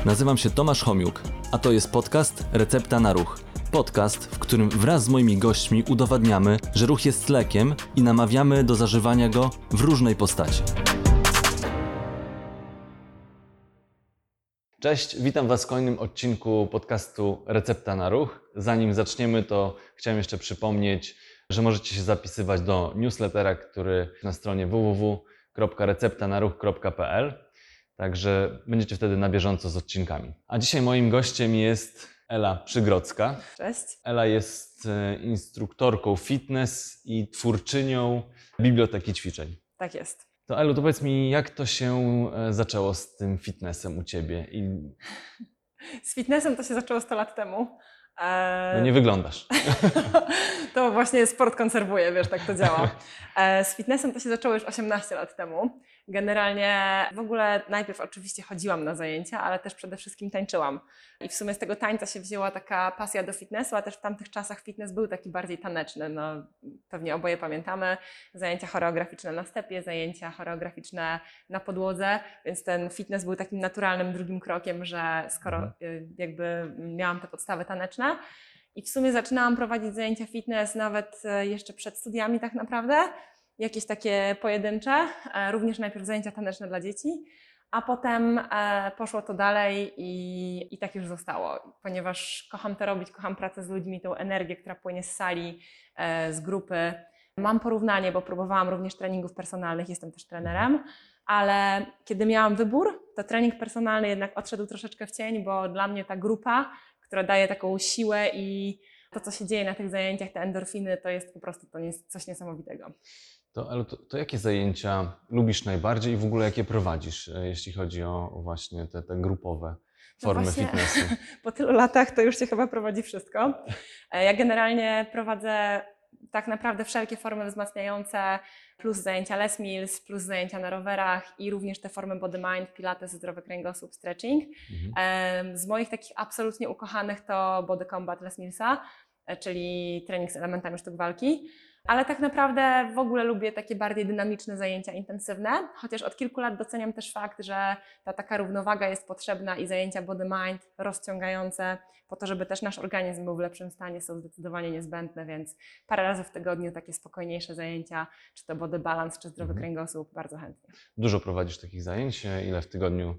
Nazywam się Tomasz Homiuk, a to jest podcast Recepta na Ruch. Podcast, w którym wraz z moimi gośćmi udowadniamy, że ruch jest lekiem i namawiamy do zażywania go w różnej postaci. Cześć, witam Was w kolejnym odcinku podcastu Recepta na Ruch. Zanim zaczniemy, to chciałem jeszcze przypomnieć, że możecie się zapisywać do newslettera, który na stronie www.receptanaruch.pl. Także będziecie wtedy na bieżąco z odcinkami. A dzisiaj moim gościem jest Ela Przygrodzka. Cześć. Ela jest instruktorką fitness i twórczynią Biblioteki Ćwiczeń. Tak jest. To Elu, to powiedz mi, jak to się zaczęło z tym fitnessem u Ciebie? Z fitnessem to się zaczęło 100 lat temu. No nie wyglądasz. To właśnie sport konserwuje, wiesz, tak to działa. Z fitnessem to się zaczęło już 18 lat temu. Generalnie w ogóle najpierw oczywiście chodziłam na zajęcia, ale też przede wszystkim tańczyłam. I w sumie z tego tańca się wzięła taka pasja do fitnessu, a też w tamtych czasach fitness był taki bardziej taneczny. No, pewnie oboje pamiętamy zajęcia choreograficzne na stepie, zajęcia choreograficzne na podłodze, więc ten fitness był takim naturalnym drugim krokiem, że skoro jakby miałam te podstawy taneczne i w sumie zaczynałam prowadzić zajęcia fitness nawet jeszcze przed studiami tak naprawdę, jakieś takie pojedyncze, również najpierw zajęcia taneczne dla dzieci, a potem poszło to dalej i tak już zostało, ponieważ kocham to robić, kocham pracę z ludźmi, tą energię, która płynie z sali, z grupy. Mam porównanie, bo próbowałam również treningów personalnych, jestem też trenerem, ale kiedy miałam wybór, to trening personalny jednak odszedł troszeczkę w cień, bo dla mnie ta grupa, która daje taką siłę i to, co się dzieje na tych zajęciach, te endorfiny, to jest po prostu coś niesamowitego. To jakie zajęcia lubisz najbardziej i w ogóle jakie prowadzisz, jeśli chodzi o właśnie te grupowe formy fitnessu? Po tylu latach to już się chyba prowadzi wszystko. Ja generalnie prowadzę tak naprawdę wszelkie formy wzmacniające, plus zajęcia Les Mills, plus zajęcia na rowerach i również te formy body mind, pilates, zdrowy kręgosłup, stretching. Z moich takich absolutnie ukochanych to body combat Les Millsa, czyli trening z elementami sztuk walki. Ale tak naprawdę w ogóle lubię takie bardziej dynamiczne zajęcia intensywne, chociaż od kilku lat doceniam też fakt, że ta taka równowaga jest potrzebna i zajęcia body mind rozciągające po to, żeby też nasz organizm był w lepszym stanie, są zdecydowanie niezbędne, więc parę razy w tygodniu takie spokojniejsze zajęcia, czy to body balance, czy zdrowy kręgosłup, bardzo chętnie. Dużo prowadzisz takich zajęć? Ile w tygodniu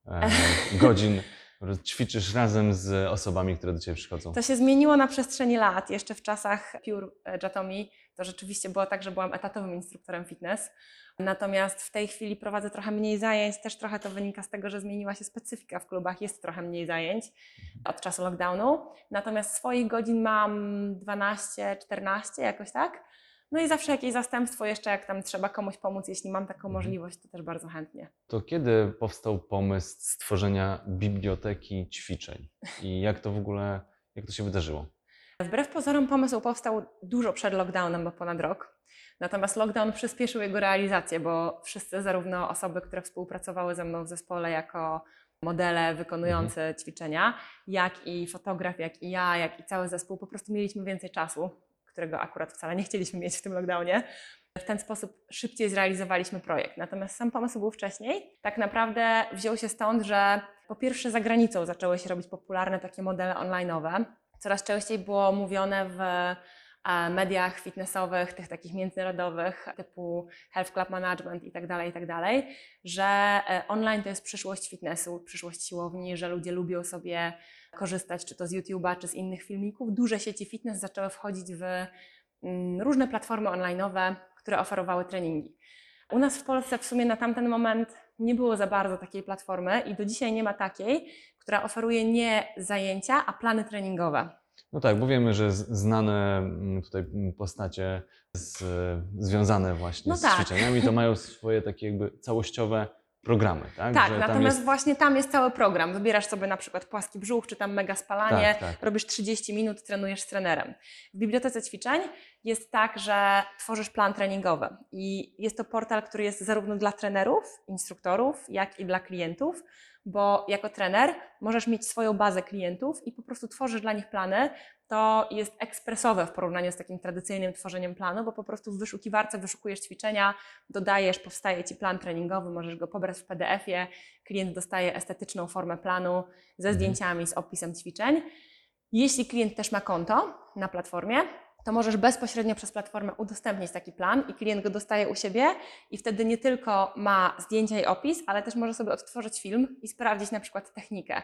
godzin ćwiczysz razem z osobami, które do Ciebie przychodzą? To się zmieniło na przestrzeni lat. Jeszcze w czasach Pure Jatomi to rzeczywiście było tak, że byłam etatowym instruktorem fitness. Natomiast w tej chwili prowadzę trochę mniej zajęć. Też trochę to wynika z tego, że zmieniła się specyfika w klubach. Jest trochę mniej zajęć od czasu lockdownu. Natomiast swoich godzin mam 12, 14 jakoś tak. No i zawsze jakieś zastępstwo jeszcze, jak tam trzeba komuś pomóc, jeśli mam taką możliwość, to też bardzo chętnie. To kiedy powstał pomysł stworzenia biblioteki ćwiczeń i jak to się wydarzyło? Wbrew pozorom pomysł powstał dużo przed lockdownem, bo ponad rok. Natomiast lockdown przyspieszył jego realizację, bo wszyscy, zarówno osoby, które współpracowały ze mną w zespole jako modele wykonujące ćwiczenia, jak i fotograf, jak i ja, jak i cały zespół, po prostu mieliśmy więcej czasu, którego akurat wcale nie chcieliśmy mieć w tym lockdownie. W ten sposób szybciej zrealizowaliśmy projekt. Natomiast sam pomysł był wcześniej. Tak naprawdę wziął się stąd, że po pierwsze za granicą zaczęły się robić popularne takie modele online'owe. Coraz częściej było mówione w mediach fitnessowych, tych takich międzynarodowych, typu Health Club Management i tak dalej, że online to jest przyszłość fitnessu, przyszłość siłowni, że ludzie lubią sobie korzystać czy to z YouTube'a, czy z innych filmików. Duże sieci fitness zaczęły wchodzić w różne platformy online'owe, które oferowały treningi. U nas w Polsce w sumie na tamten moment nie było za bardzo takiej platformy i do dzisiaj nie ma takiej, która oferuje nie zajęcia, a plany treningowe. No tak, bo wiemy, że znane tutaj postacie związane właśnie z ćwiczeniami to mają swoje takie jakby całościowe programy, tak? Tak, natomiast właśnie tam jest cały program. Wybierasz sobie na przykład płaski brzuch, czy tam mega spalanie, robisz 30 minut, trenujesz z trenerem. W bibliotece ćwiczeń jest tak, że tworzysz plan treningowy i jest to portal, który jest zarówno dla trenerów, instruktorów, jak i dla klientów, bo jako trener możesz mieć swoją bazę klientów i po prostu tworzysz dla nich plany. to jest ekspresowe w porównaniu z takim tradycyjnym tworzeniem planu, bo po prostu w wyszukiwarce wyszukujesz ćwiczenia, dodajesz, powstaje Ci plan treningowy, możesz go pobrać w PDF-ie, klient dostaje estetyczną formę planu ze zdjęciami, z opisem ćwiczeń. Jeśli klient też ma konto na platformie, to możesz bezpośrednio przez platformę udostępnić taki plan i klient go dostaje u siebie i wtedy nie tylko ma zdjęcia i opis, ale też może sobie odtworzyć film i sprawdzić na przykład technikę.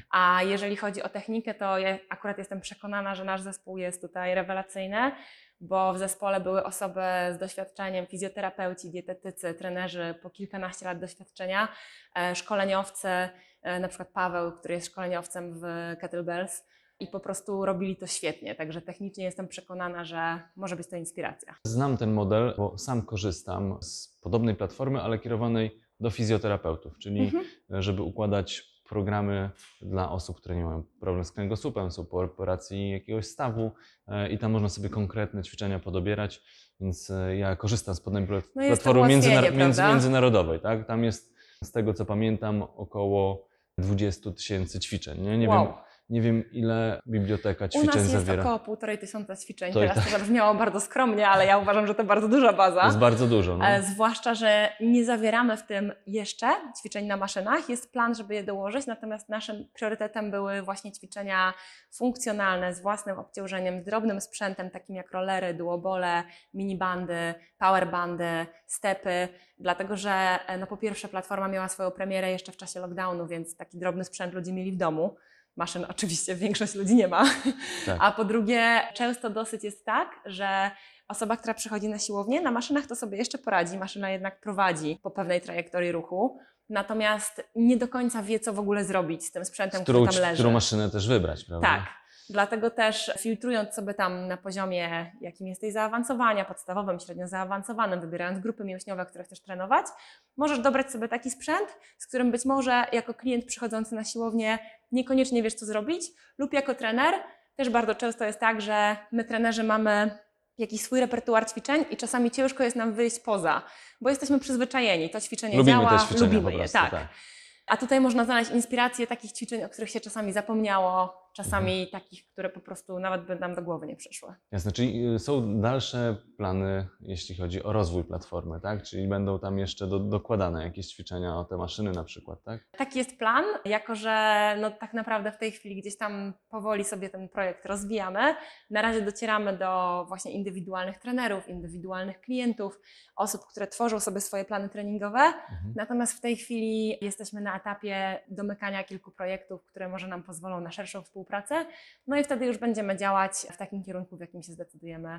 A jeżeli chodzi o technikę, to ja akurat jestem przekonana, że nasz zespół jest tutaj rewelacyjny, bo w zespole były osoby z doświadczeniem, fizjoterapeuci, dietetycy, trenerzy po kilkanaście lat doświadczenia, szkoleniowcy, na przykład Paweł, który jest szkoleniowcem w Kettlebells, i po prostu robili to świetnie, także technicznie jestem przekonana, że może być to inspiracja. Znam ten model, bo sam korzystam z podobnej platformy, ale kierowanej do fizjoterapeutów, czyli żeby układać programy dla osób, które nie mają problemu z kręgosłupem, są po operacji jakiegoś stawu i tam można sobie konkretne ćwiczenia podobierać, więc ja korzystam z podobnej platformy międzynarodowej. Tak? Tam jest, z tego co pamiętam, około 20 000 ćwiczeń. Nie wiem, ile biblioteka ćwiczeń zawiera. U nas jest około 1500 ćwiczeń. Teraz to zabrzmiało bardzo skromnie, ale ja uważam, że to bardzo duża baza. To jest bardzo dużo. No. Zwłaszcza, że nie zawieramy w tym jeszcze ćwiczeń na maszynach. Jest plan, żeby je dołożyć, natomiast naszym priorytetem były właśnie ćwiczenia funkcjonalne z własnym obciążeniem, z drobnym sprzętem, takim jak rollery, duobole, minibandy, powerbandy, stepy, dlatego że po pierwsze platforma miała swoją premierę jeszcze w czasie lockdownu, więc taki drobny sprzęt ludzie mieli w domu. Maszyn oczywiście większość ludzi nie ma. Tak. A po drugie, często dosyć jest tak, że osoba, która przychodzi na siłownię, na maszynach to sobie jeszcze poradzi, maszyna jednak prowadzi po pewnej trajektorii ruchu, natomiast nie do końca wie, co w ogóle zrobić z tym sprzętem, który tam leży. Którą maszynę też wybrać, prawda? Tak. Dlatego też filtrując sobie tam na poziomie, jakim jesteś zaawansowania, podstawowym, średnio zaawansowanym, wybierając grupy mięśniowe, które chcesz trenować, możesz dobrać sobie taki sprzęt, z którym być może jako klient przychodzący na siłownię niekoniecznie wiesz, co zrobić, lub jako trener. Też bardzo często jest tak, że my trenerzy mamy jakiś swój repertuar ćwiczeń i czasami ciężko jest nam wyjść poza, bo jesteśmy przyzwyczajeni. To ćwiczenie działa, lubimy je. Tak. A tutaj można znaleźć inspirację takich ćwiczeń, o których się czasami zapomniało, czasami takich, które po prostu nawet by nam do głowy nie przyszły. Jasne, czyli są dalsze plany, jeśli chodzi o rozwój platformy, tak? Czyli będą tam jeszcze dokładane jakieś ćwiczenia o te maszyny na przykład, tak? Taki jest plan, jako że tak naprawdę w tej chwili gdzieś tam powoli sobie ten projekt rozwijamy. Na razie docieramy do właśnie indywidualnych trenerów, indywidualnych klientów, osób, które tworzą sobie swoje plany treningowe. Natomiast w tej chwili jesteśmy na etapie domykania kilku projektów, które może nam pozwolą na szerszą współpracę. No i wtedy już będziemy działać w takim kierunku, w jakim się zdecydujemy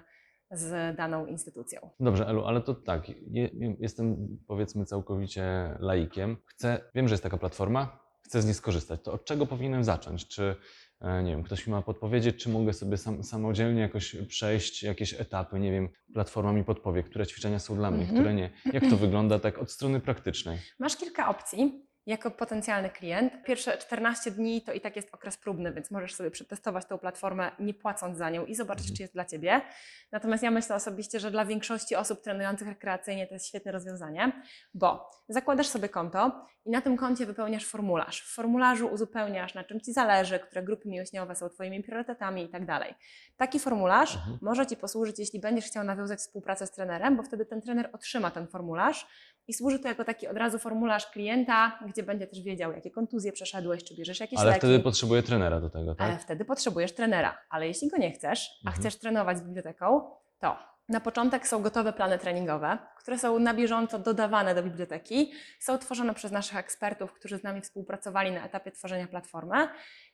z daną instytucją. Dobrze, Elu, ale to tak, jestem powiedzmy całkowicie laikiem. Wiem, że jest taka platforma, chcę z niej skorzystać. To od czego powinienem zacząć? Czy, nie wiem, ktoś mi ma podpowiedzieć, czy mogę sobie samodzielnie jakoś przejść jakieś etapy, nie wiem, platforma mi podpowie, które ćwiczenia są dla mnie, które nie. Jak to wygląda tak od strony praktycznej? Masz kilka opcji. Jako potencjalny klient, pierwsze 14 dni to i tak jest okres próbny, więc możesz sobie przetestować tą platformę nie płacąc za nią i zobaczyć, czy jest dla Ciebie. Natomiast ja myślę osobiście, że dla większości osób trenujących rekreacyjnie to jest świetne rozwiązanie, bo zakładasz sobie konto i na tym koncie wypełniasz formularz. W formularzu uzupełniasz, na czym Ci zależy, które grupy mięśniowe są Twoimi priorytetami i tak dalej. Taki formularz może Ci posłużyć, jeśli będziesz chciał nawiązać współpracę z trenerem, bo wtedy ten trener otrzyma ten formularz i służy to jako taki od razu formularz klienta, gdzie będzie też wiedział, jakie kontuzje przeszedłeś, czy bierzesz jakieś leki. Ale wtedy potrzebuję trenera do tego, tak? Ale wtedy potrzebujesz trenera. Ale jeśli go nie chcesz, a chcesz trenować z biblioteką, to na początek są gotowe plany treningowe, które są na bieżąco dodawane do biblioteki. Są tworzone przez naszych ekspertów, którzy z nami współpracowali na etapie tworzenia platformy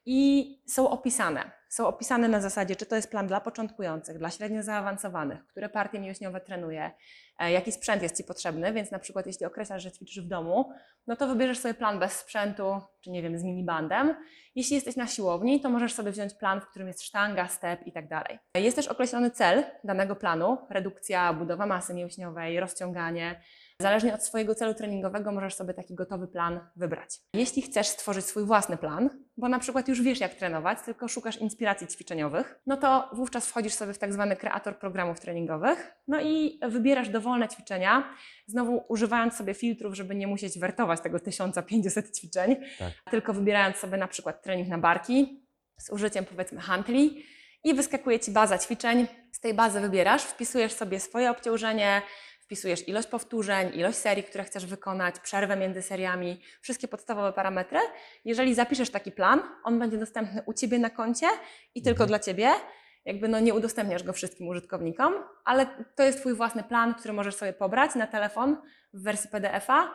i są opisane. Są opisane na zasadzie, czy to jest plan dla początkujących, dla średnio zaawansowanych, które partie mięśniowe trenuje, jaki sprzęt jest Ci potrzebny, więc na przykład jeśli określasz, że ćwiczysz w domu, no to wybierzesz sobie plan bez sprzętu, czy nie wiem, z minibandem. Jeśli jesteś na siłowni, to możesz sobie wziąć plan, w którym jest sztanga, step i tak dalej. Jest też określony cel danego planu, redukcja, budowa masy mięśniowej, rozciąganie. Zależnie od swojego celu treningowego możesz sobie taki gotowy plan wybrać. Jeśli chcesz stworzyć swój własny plan, bo na przykład już wiesz, jak trenować, tylko szukasz inspiracji ćwiczeniowych, no to wówczas wchodzisz sobie w tak zwany kreator programów treningowych, no i wybierasz dowolne ćwiczenia, znowu używając sobie filtrów, żeby nie musieć wertować tego 1500 ćwiczeń, tylko wybierając sobie na przykład trening na barki z użyciem powiedzmy hantli i wyskakuje Ci baza ćwiczeń. Z tej bazy wybierasz, wpisujesz sobie swoje obciążenie, wpisujesz ilość powtórzeń, ilość serii, które chcesz wykonać, przerwę między seriami, wszystkie podstawowe parametry. Jeżeli zapiszesz taki plan, on będzie dostępny u Ciebie na koncie i tylko dla Ciebie. Jakby nie udostępniasz go wszystkim użytkownikom, ale to jest Twój własny plan, który możesz sobie pobrać na telefon w wersji PDF-a,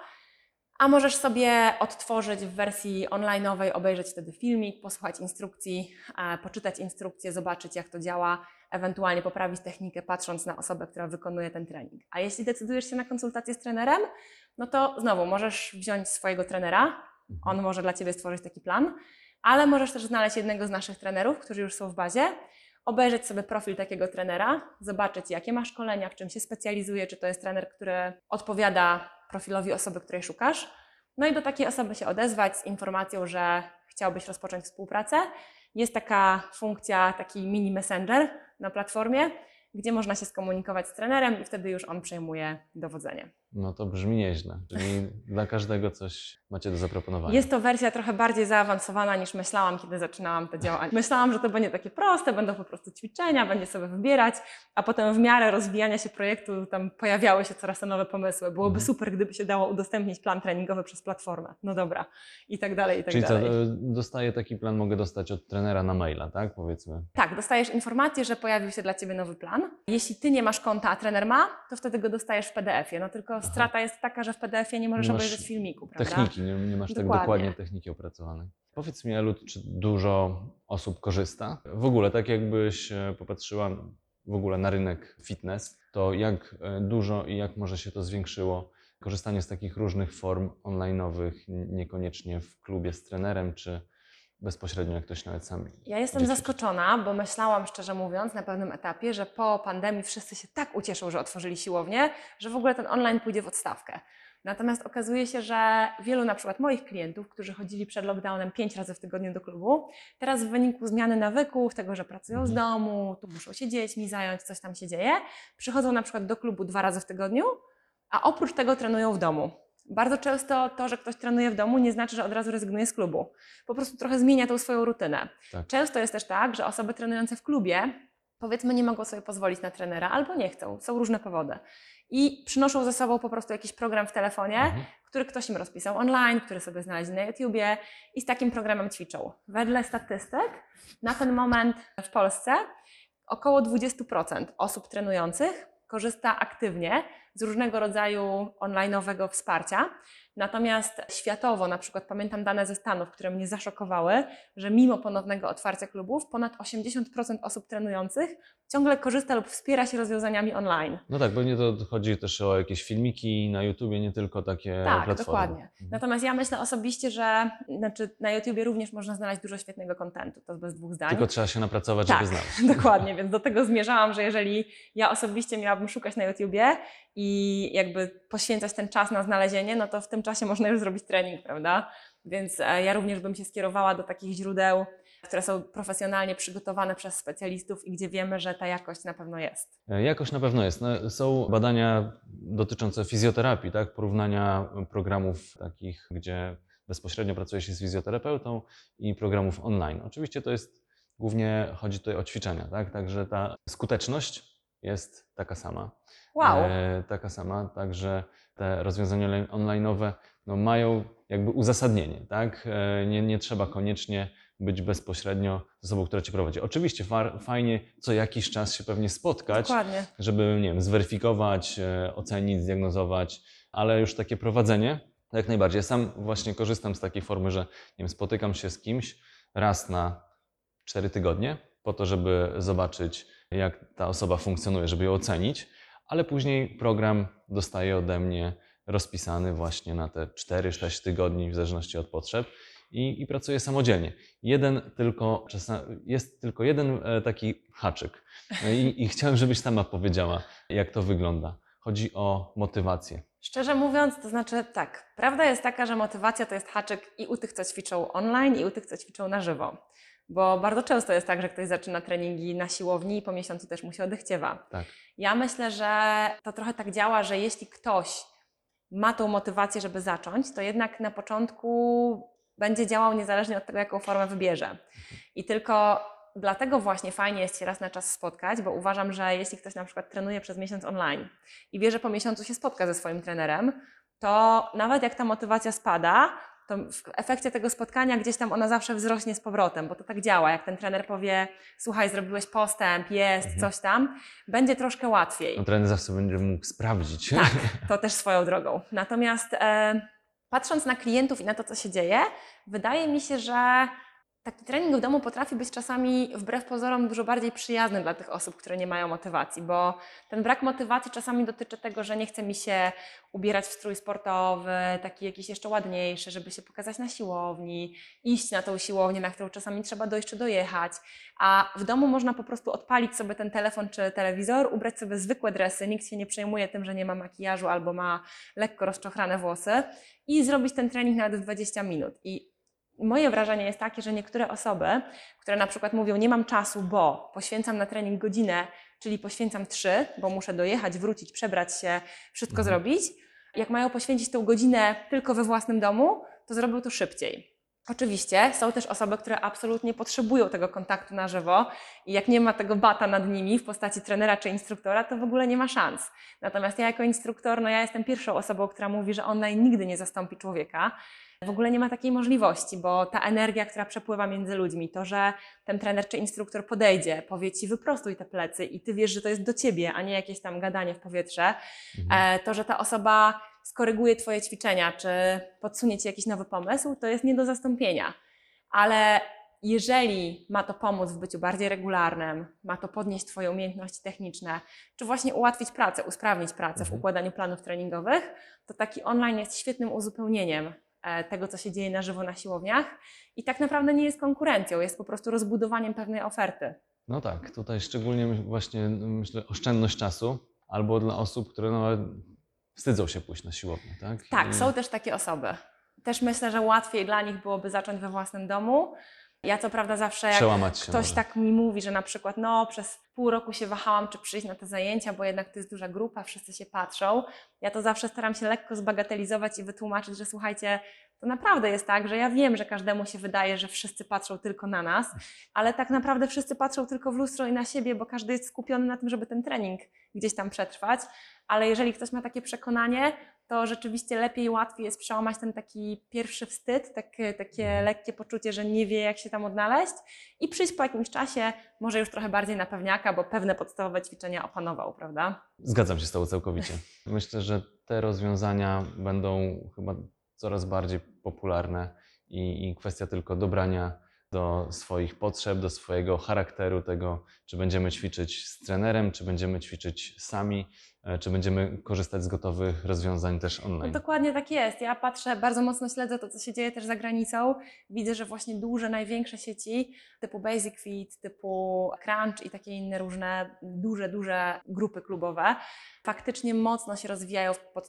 a możesz sobie odtworzyć w wersji online'owej, obejrzeć wtedy filmik, posłuchać instrukcji, poczytać instrukcje, zobaczyć jak to działa, ewentualnie poprawić technikę patrząc na osobę, która wykonuje ten trening. A jeśli decydujesz się na konsultację z trenerem, no to znowu możesz wziąć swojego trenera, on może dla Ciebie stworzyć taki plan, ale możesz też znaleźć jednego z naszych trenerów, którzy już są w bazie, obejrzeć sobie profil takiego trenera, zobaczyć jakie ma szkolenia, w czym się specjalizuje, czy to jest trener, który odpowiada profilowi osoby, której szukasz. No i do takiej osoby się odezwać z informacją, że chciałbyś rozpocząć współpracę. Jest taka funkcja, taki mini messenger na platformie, gdzie można się skomunikować z trenerem i wtedy już on przejmuje dowodzenie. No to brzmi nieźle, czyli dla każdego coś macie do zaproponowania. Jest to wersja trochę bardziej zaawansowana niż myślałam, kiedy zaczynałam to działanie. Myślałam, że to będzie takie proste, będą po prostu ćwiczenia, będzie sobie wybierać, a potem w miarę rozwijania się projektu tam pojawiały się coraz to nowe pomysły. Byłoby super, gdyby się dało udostępnić plan treningowy przez platformę. No dobra. I tak dalej, i tak Czyli dalej. co, dostaję taki plan, mogę dostać od trenera na maila, tak? Powiedzmy. Tak, dostajesz informację, że pojawił się dla Ciebie nowy plan. Jeśli Ty nie masz konta, a trener ma, to wtedy go dostajesz w PDF-ie. No tylko strata jest taka, że w PDF-ie nie możesz Nie masz obejrzeć filmiku, prawda? Techniki, nie masz tak Dokładnie. dokładnie techniki opracowanej. Powiedz mi, Elu, czy dużo osób korzysta? W ogóle, tak jakbyś popatrzyła w ogóle na rynek fitness, to jak dużo i jak może się to zwiększyło korzystanie z takich różnych form online'owych, niekoniecznie w klubie z trenerem, czy bezpośrednio jak ktoś nawet sam. Ja jestem gdzieś zaskoczona, bo myślałam, szczerze mówiąc, na pewnym etapie, że po pandemii wszyscy się tak ucieszą, że otworzyli siłownię, że w ogóle ten online pójdzie w odstawkę. Natomiast okazuje się, że wielu na przykład moich klientów, którzy chodzili przed lockdownem 5 razy w tygodniu do klubu, teraz w wyniku zmiany nawyków, tego, że pracują z domu, tu muszą się dziećmi zająć, coś tam się dzieje, przychodzą na przykład do klubu 2 razy w tygodniu, a oprócz tego trenują w domu. Bardzo często to, że ktoś trenuje w domu, nie znaczy, że od razu rezygnuje z klubu. Po prostu trochę zmienia tą swoją rutynę. Tak. Często jest też tak, że osoby trenujące w klubie, powiedzmy, nie mogą sobie pozwolić na trenera albo nie chcą, są różne powody. I przynoszą ze sobą po prostu jakiś program w telefonie, który ktoś im rozpisał online, który sobie znaleźli na YouTubie i z takim programem ćwiczą. Wedle statystyk na ten moment w Polsce około 20% osób trenujących korzysta aktywnie z różnego rodzaju online'owego wsparcia. Natomiast światowo, na przykład pamiętam dane ze Stanów, które mnie zaszokowały, że mimo ponownego otwarcia klubów, ponad 80% osób trenujących ciągle korzysta lub wspiera się rozwiązaniami online. No tak, pewnie to chodzi też o jakieś filmiki na YouTubie, nie tylko takie Tak, platformy. dokładnie. Natomiast ja myślę osobiście, że na YouTubie również można znaleźć dużo świetnego kontentu, to bez dwóch zdań. Tylko trzeba się napracować, Tak, żeby znaleźć. dokładnie, więc do tego zmierzałam, że jeżeli ja osobiście miałabym szukać na YouTubie i jakby poświęcać ten czas na znalezienie, no to w tym czasie można już zrobić trening, prawda? Więc ja również bym się skierowała do takich źródeł, które są profesjonalnie przygotowane przez specjalistów i gdzie wiemy, że ta jakość na pewno jest. Jakość na pewno jest. No, są badania dotyczące fizjoterapii, tak? Porównania programów takich, gdzie bezpośrednio pracuje się z fizjoterapeutą i programów online. Oczywiście to jest głównie, chodzi tutaj o ćwiczenia, tak? Także ta skuteczność jest taka sama. Wow! Taka sama, także te rozwiązania online'owe no, mają jakby uzasadnienie, tak? Nie trzeba koniecznie być bezpośrednio z osobą, która Cię prowadzi. Oczywiście fajnie co jakiś czas się pewnie spotkać, Dokładnie. żeby, nie wiem, zweryfikować, ocenić, zdiagnozować, ale już takie prowadzenie, jak najbardziej. Ja sam właśnie korzystam z takiej formy, że, nie wiem, spotykam się z kimś raz na 4 tygodnie po to, żeby zobaczyć, jak ta osoba funkcjonuje, żeby ją ocenić, ale później program dostaje ode mnie rozpisany właśnie na te 4-6 tygodni, w zależności od potrzeb i pracuję samodzielnie. Jest tylko jeden taki haczyk i chciałem, żebyś sama powiedziała, jak to wygląda. Chodzi o motywację. Szczerze mówiąc, to znaczy tak, prawda jest taka, że motywacja to jest haczyk i u tych, co ćwiczą online, i u tych, co ćwiczą na żywo. Bo bardzo często jest tak, że ktoś zaczyna treningi na siłowni i po miesiącu też mu się odechciewa. Tak. Ja myślę, że to trochę tak działa, że jeśli ktoś ma tą motywację, żeby zacząć, to jednak na początku będzie działał niezależnie od tego, jaką formę wybierze. I tylko dlatego właśnie fajnie jest się raz na czas spotkać, bo uważam, że jeśli ktoś na przykład trenuje przez miesiąc online i wie, że po miesiącu się spotka ze swoim trenerem, to nawet jak ta motywacja spada, to w efekcie tego spotkania gdzieś tam ona zawsze wzrośnie z powrotem, bo to tak działa. Jak ten trener powie, słuchaj, zrobiłeś postęp, jest, coś tam, będzie troszkę łatwiej. No, trener zawsze będzie mógł sprawdzić. Tak, to też swoją drogą. Natomiast patrząc na klientów i na to, co się dzieje, wydaje mi się, że taki trening w domu potrafi być czasami wbrew pozorom dużo bardziej przyjazny dla tych osób, które nie mają motywacji, bo ten brak motywacji czasami dotyczy tego, że nie chce mi się ubierać w strój sportowy, taki jakiś jeszcze ładniejszy, żeby się pokazać na siłowni, iść na tą siłownię, na którą czasami trzeba dojść czy dojechać, a w domu można po prostu odpalić sobie ten telefon czy telewizor, ubrać sobie zwykłe dresy, nikt się nie przejmuje tym, że nie ma makijażu albo ma lekko rozczochrane włosy i zrobić ten trening nawet w 20 minut. I moje wrażenie jest takie, że niektóre osoby, które na przykład mówią, nie mam czasu, bo poświęcam na trening godzinę, czyli poświęcam 3, bo muszę dojechać, wrócić, przebrać się, wszystko zrobić. Jak mają poświęcić tą godzinę tylko we własnym domu, to zrobią to szybciej. Oczywiście są też osoby, które absolutnie potrzebują tego kontaktu na żywo i jak nie ma tego bata nad nimi w postaci trenera czy instruktora, to w ogóle nie ma szans. Natomiast ja jako instruktor, ja jestem pierwszą osobą, która mówi, że online nigdy nie zastąpi człowieka. W ogóle nie ma takiej możliwości, bo ta energia, która przepływa między ludźmi, to, że ten trener czy instruktor podejdzie, powie Ci wyprostuj te plecy i Ty wiesz, że to jest do Ciebie, a nie jakieś tam gadanie w powietrze, to, że ta osoba skoryguje Twoje ćwiczenia, czy podsunie Ci jakiś nowy pomysł, to jest nie do zastąpienia. Ale jeżeli ma to pomóc w byciu bardziej regularnym, ma to podnieść Twoje umiejętności techniczne, czy właśnie ułatwić pracę, usprawnić pracę w układaniu planów treningowych, to taki online jest świetnym uzupełnieniem tego, co się dzieje na żywo na siłowniach i tak naprawdę nie jest konkurencją, jest po prostu rozbudowaniem pewnej oferty. No tak, tutaj szczególnie właśnie myślę oszczędność czasu albo dla osób, które nawet wstydzą się pójść na siłownię, tak? Tak, są też takie osoby. Też myślę, że łatwiej dla nich byłoby zacząć we własnym domu. Ja co prawda zawsze jak Przełamać się ktoś może. tak mi mówi, że na przykład przez pół roku się wahałam, czy przyjść na te zajęcia, bo jednak to jest duża grupa, wszyscy się patrzą. Ja to zawsze staram się lekko zbagatelizować i wytłumaczyć, że słuchajcie, to naprawdę jest tak, że ja wiem, że każdemu się wydaje, że wszyscy patrzą tylko na nas, ale tak naprawdę wszyscy patrzą tylko w lustro i na siebie, bo każdy jest skupiony na tym, żeby ten trening gdzieś tam przetrwać. Ale jeżeli ktoś ma takie przekonanie, to rzeczywiście lepiej i łatwiej jest przełamać ten taki pierwszy wstyd, takie lekkie poczucie, że nie wie, jak się tam odnaleźć i przyjść po jakimś czasie, może już trochę bardziej na pewniaka, bo pewne podstawowe ćwiczenia opanował, prawda? Zgadzam się z Tobą całkowicie. Myślę, że te rozwiązania będą chyba coraz bardziej popularne i kwestia tylko dobrania do swoich potrzeb, do swojego charakteru, tego, czy będziemy ćwiczyć z trenerem, czy będziemy ćwiczyć sami, czy będziemy korzystać z gotowych rozwiązań też No online. dokładnie tak jest. Ja patrzę, bardzo mocno śledzę to, co się dzieje też za granicą. Widzę, że właśnie duże, największe sieci typu Basic Fit, typu Crunch i takie inne różne duże grupy klubowe faktycznie mocno się rozwijają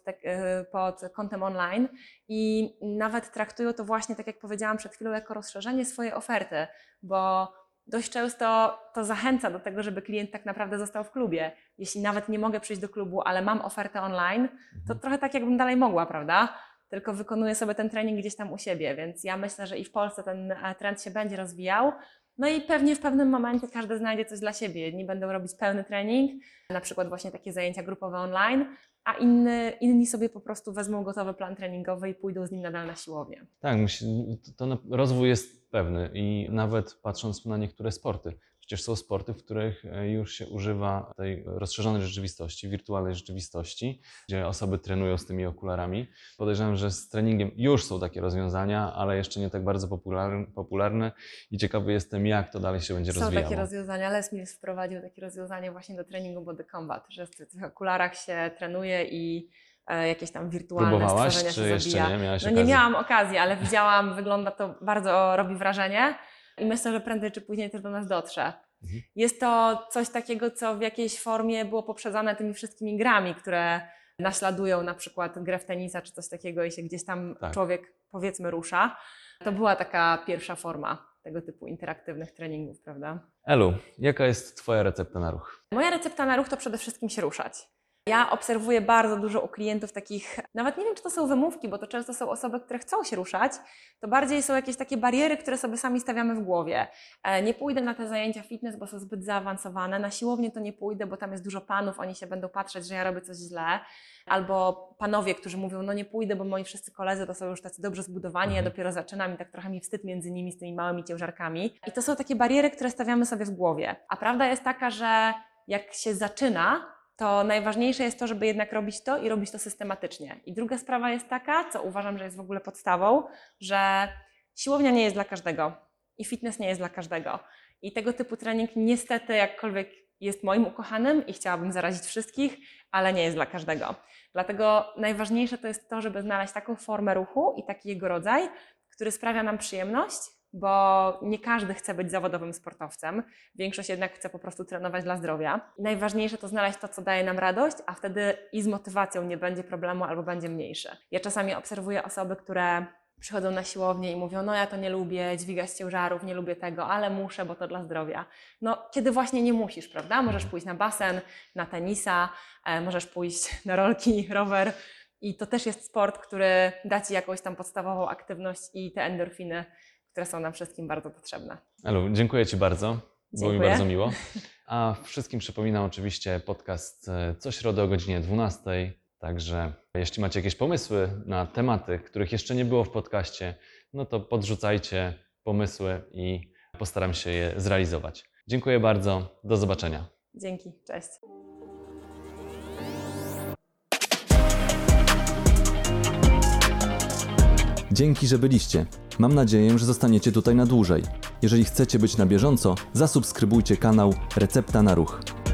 pod kątem online i nawet traktują to właśnie, tak jak powiedziałam przed chwilą, jako rozszerzenie swojej oferty, bo dość często to zachęca do tego, żeby klient tak naprawdę został w klubie. Jeśli nawet nie mogę przyjść do klubu, ale mam ofertę online, to trochę tak jakbym dalej mogła, prawda? Tylko wykonuję sobie ten trening gdzieś tam u siebie, więc ja myślę, że i w Polsce ten trend się będzie rozwijał. No i pewnie w pewnym momencie każdy znajdzie coś dla siebie. Jedni będą robić pełny trening, na przykład właśnie takie zajęcia grupowe online, a inni sobie po prostu wezmą gotowy plan treningowy i pójdą z nim nadal na siłownię. Tak, rozwój jest pewny i nawet patrząc na niektóre sporty. Przecież są sporty, w których już się używa tej rozszerzonej rzeczywistości, wirtualnej rzeczywistości, gdzie osoby trenują z tymi okularami. Podejrzewam, że z treningiem już są takie rozwiązania, ale jeszcze nie tak bardzo popularne i ciekawy jestem, jak to dalej się będzie Są rozwijało. takie rozwiązania. Les Mills wprowadził takie rozwiązanie właśnie do treningu Body Combat, że w tych okularach się trenuje i jakieś tam wirtualne Próbowałaś, stworzenia czy się jeszcze zabija. nie? Miałaś No okazję? nie miałam okazji, ale widziałam, wygląda to bardzo, robi wrażenie i myślę, że prędzej czy później też do nas dotrze. Jest to coś takiego, co w jakiejś formie było poprzedzane tymi wszystkimi grami, które naśladują na przykład grę w tenisa czy coś takiego i się gdzieś tam człowiek, powiedzmy, rusza. To była taka pierwsza forma tego typu interaktywnych treningów, prawda? Elu, jaka jest Twoja recepta na ruch? Moja recepta na ruch to przede wszystkim się ruszać. Ja obserwuję bardzo dużo u klientów takich, nawet nie wiem, czy to są wymówki, bo to często są osoby, które chcą się ruszać, to bardziej są jakieś takie bariery, które sobie sami stawiamy w głowie. Nie pójdę na te zajęcia fitness, bo są zbyt zaawansowane, na siłownię to nie pójdę, bo tam jest dużo panów, oni się będą patrzeć, że ja robię coś źle. Albo panowie, którzy mówią, no nie pójdę, bo moi wszyscy koledzy to są już tacy dobrze zbudowani, ja dopiero zaczynam i tak trochę mi wstyd między nimi z tymi małymi ciężarkami. I to są takie bariery, które stawiamy sobie w głowie. A prawda jest taka, że jak się zaczyna, to najważniejsze jest to, żeby jednak robić to i robić to systematycznie. I druga sprawa jest taka, co uważam, że jest w ogóle podstawą, że siłownia nie jest dla każdego i fitness nie jest dla każdego. I tego typu trening niestety, jakkolwiek jest moim ukochanym i chciałabym zarazić wszystkich, ale nie jest dla każdego. Dlatego najważniejsze to jest to, żeby znaleźć taką formę ruchu i taki jego rodzaj, który sprawia nam przyjemność, bo nie każdy chce być zawodowym sportowcem. Większość jednak chce po prostu trenować dla zdrowia. I najważniejsze to znaleźć to, co daje nam radość, a wtedy i z motywacją nie będzie problemu albo będzie mniejszy. Ja czasami obserwuję osoby, które przychodzą na siłownię i mówią, no ja to nie lubię dźwigać ciężarów, nie lubię tego, ale muszę, bo to dla zdrowia. No kiedy właśnie nie musisz, prawda? Możesz pójść na basen, na tenisa, możesz pójść na rolki, rower i to też jest sport, który da Ci jakąś tam podstawową aktywność i te endorfiny, które są nam wszystkim bardzo potrzebne. Elu, dziękuję Ci bardzo. Było mi Dziękuję. bardzo miło. A wszystkim przypominam oczywiście podcast co środę o godzinie 12. Także jeśli macie jakieś pomysły na tematy, których jeszcze nie było w podcaście, no to podrzucajcie pomysły i postaram się je zrealizować. Dziękuję bardzo. Do zobaczenia. Dzięki, cześć. Dzięki, że byliście. Mam nadzieję, że zostaniecie tutaj na dłużej. Jeżeli chcecie być na bieżąco, zasubskrybujcie kanał Recepta na Ruch.